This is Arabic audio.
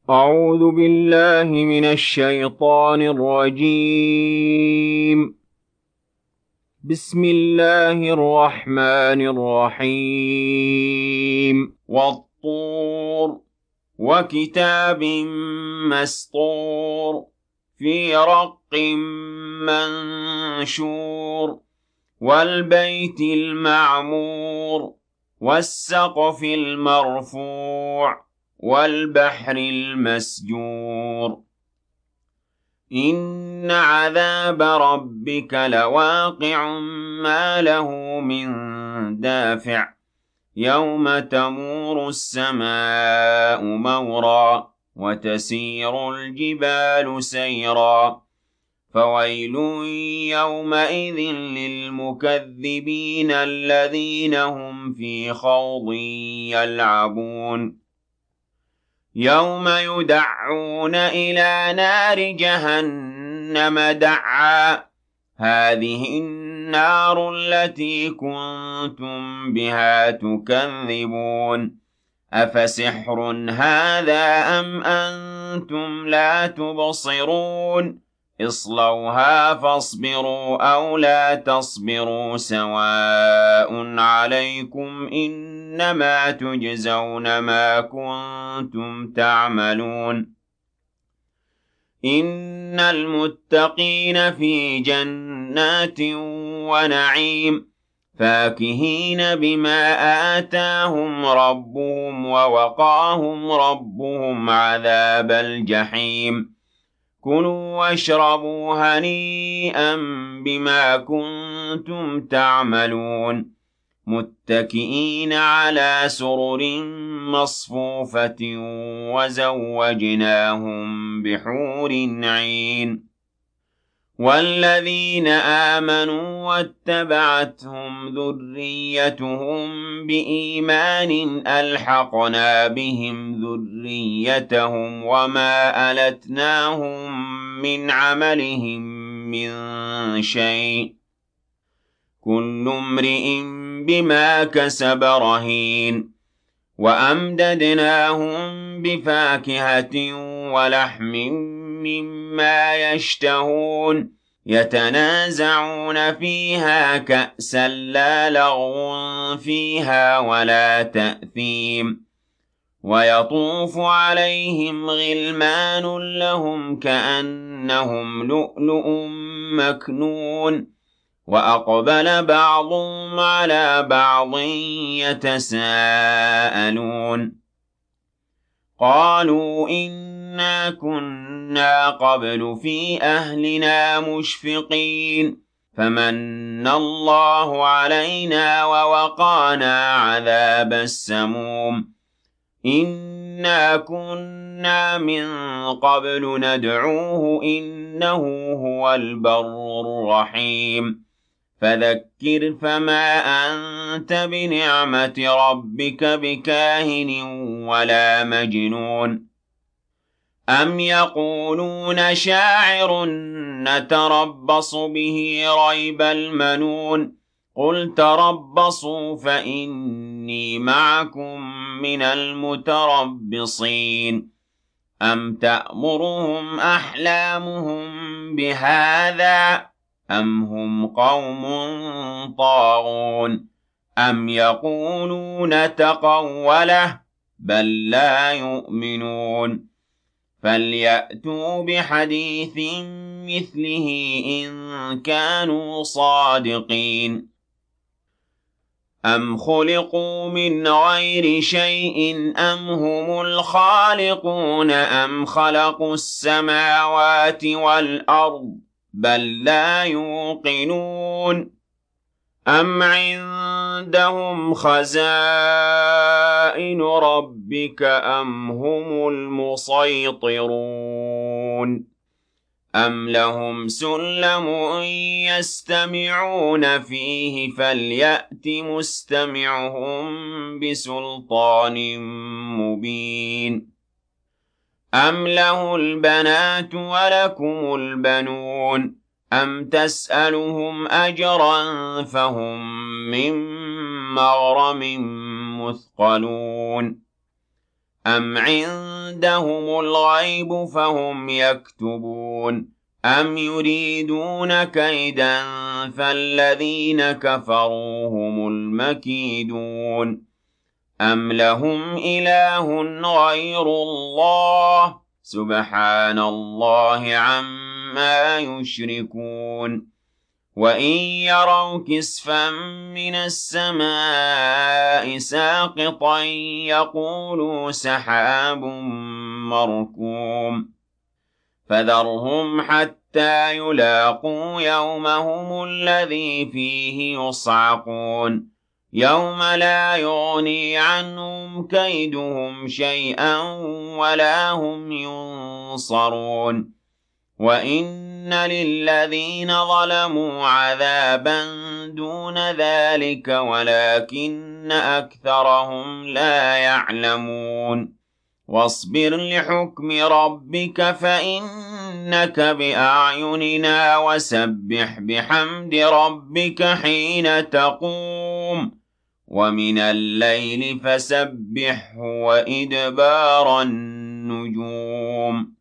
أعوذ بالله من الشيطان الرجيم. بسم الله الرحمن الرحيم. والطور وكتاب مسطور في رق منشور والبيت المعمور والسقف المرفوع والبحر المسجور إن عذاب ربك لواقع ما له من دافع يوم تمور السماء مورا وتسير الجبال سيرا فويل يومئذ للمكذبين الذين هم في خوض يلعبون يوم يدعون إلى نار جهنم دعا هذه النار التي كنتم بها تكذبون أفسحر هذا أم أنتم لا تبصرون اصلوها فاصبروا أو لا تصبروا سواء عليكم إنما تجزون ما كنتم تعملون إن المتقين في جنات ونعيم فاكهين بما آتاهم ربهم ووقاهم ربهم عذاب الجحيم كلوا واشربوا هنيئا بما كنتم تعملون متكئين على سرر مصفوفة وزوجناهم بحور عين والذين آمنوا واتبعتهم ذريتهم بإيمان ألحقنا بهم ذريتهم وما ألتناهم من عملهم من شيء كل امرئ بما كسب رهين وأمددناهم بفاكهة ولحم مما يشتهون يتنازعون فيها كأسا لا لغو فيها ولا تأثيم ويطوف عليهم غلمان لهم كأنهم لؤلؤ مكنون وأقبل بعضهم على بعض يتساءلون قالوا إنا كنا قبل في أهلنا مشفقين فمن الله علينا ووقانا عذاب السموم إنا كنا من قبل ندعوه إنه هو البر الرحيم فذكر فما أنت بنعمة ربك بكاهن ولا مجنون أم يقولون شاعر نتربص به ريب المنون قل تربصوا فإني معكم من المتربصين أم تأمرهم أحلامهم بهذا أم هم قوم طاغون أم يقولون تقوله بل لا يؤمنون فليأتوا بحديث مثله إن كانوا صادقين أم خلقوا من غير شيء أم هم الخالقون أم خلقوا السماوات والأرض بل لا يوقنون أم عندهم خزائن ربك أم هم المسيطرون أم لهم سلم يستمعون فيه فليأت مستمعهم بسلطان مبين أم له البنات ولكم البنون أم تسألهم أجرا فهم من مغرم مثقلون أَمْ عِندَهُمُ الْغَيْبُ فَهُمْ يَكْتُبُونَ أَمْ يُرِيدُونَ كَيْدًا فَالَّذِينَ كَفَرُوا هُمُ الْمَكِيدُونَ أَمْ لَهُمْ إِلَٰهٌ غَيْرُ اللَّهِ سُبْحَانَ اللَّهِ عَمَّا يُشْرِكُونَ وَإِن يَرَوْا كِسْفًا مِّنَ السَّمَاءِ سَاقِطًا يَقُولُوا سَحَابٌ مَّرْكُومٌ فَذَرْهُمْ حَتَّىٰ يُلَاقُوا يَوْمَهُمُ الَّذِي فِيهِ يُصْعَقُونَ يَوْمَ لَا يُغْنِي عَنْهُمْ كَيْدُهُمْ شَيْئًا وَلَا هُمْ يُنصَرُونَ وَإِنَّ لِلَّذِينَ ظَلَمُوا عَذَابًا دُونَ ذَٰلِكَ وَلَٰكِنَّ أَكْثَرَهُمْ لَا يَعْلَمُونَ وَاصْبِرْ لِحُكْمِ رَبِّكَ فَإِنَّكَ بِأَعْيُنِنَا وَسَبِّحْ بِحَمْدِ رَبِّكَ حِينَ تَقُومُ وَمِنَ اللَّيْلِ فَسَبِّحْهُ وَإِدْبَارَ النُّجُومِ